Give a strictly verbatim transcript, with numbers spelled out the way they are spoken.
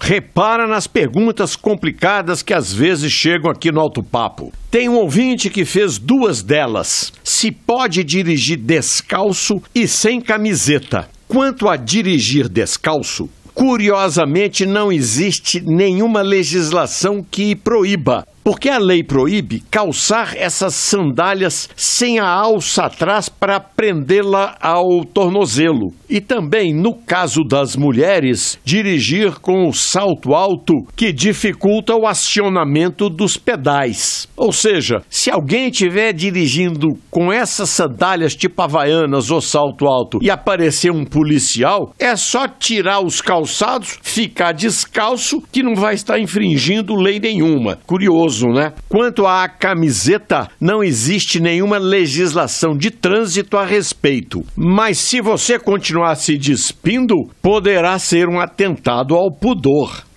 Repara nas perguntas complicadas que às vezes chegam aqui no Alto Papo. Tem um ouvinte que fez duas delas. Se pode dirigir descalço e sem camiseta? Quanto a dirigir descalço, curiosamente não existe nenhuma legislação que proíba. Porque a lei proíbe calçar essas sandálias sem a alça atrás para prendê-la ao tornozelo. E também, no caso das mulheres, dirigir com o salto alto que dificulta o acionamento dos pedais. Ou seja, se alguém estiver dirigindo com essas sandálias tipo havaianas ou salto alto e aparecer um policial, é só tirar os calçados, ficar descalço, que não vai estar infringindo lei nenhuma. Curioso. Né? Quanto à camiseta, não existe nenhuma legislação de trânsito a respeito. Mas se você continuar se despindo, poderá ser um atentado ao pudor.